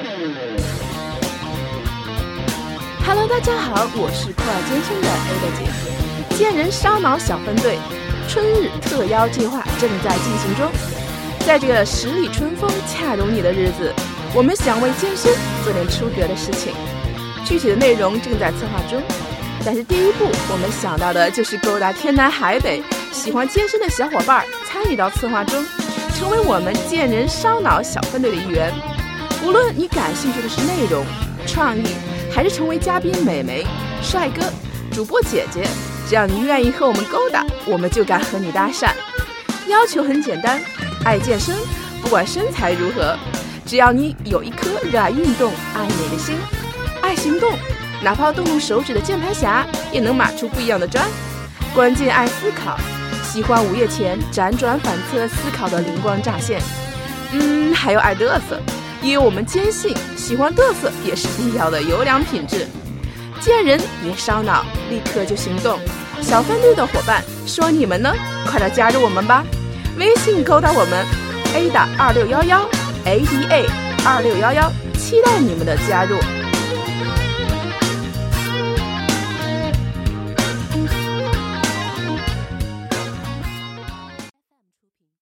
Hello， 大家好，我是酷爱健身的 Ada 姐。健人烧脑小分队春日特邀计划正在进行中，在这个十里春风恰如你的日子，我们想为健身做点出格的事情，具体的内容正在策划中。但是第一步，我们想到的就是勾搭天南海北喜欢健身的小伙伴参与到策划中，成为我们健人烧脑小分队的一员。无论你感兴趣的是内容、创意，还是成为嘉宾美眉、帅哥、主播姐姐，只要你愿意和我们勾搭，我们就敢和你搭讪。要求很简单，爱健身，不管身材如何，只要你有一颗热爱运动、爱美的心，爱行动，哪怕动动手指的键盘侠也能码出不一样的砖。关键爱思考，喜欢午夜前辗转反侧思考的灵光乍现。还有爱嘚瑟，因为我们坚信喜欢嘚瑟也是必要的优良品质。见人别烧脑，立刻就行动。小分队的伙伴说你们呢，快点加入我们吧。微信勾搭我们 Ada2611 ADA2611，期待你们的加入。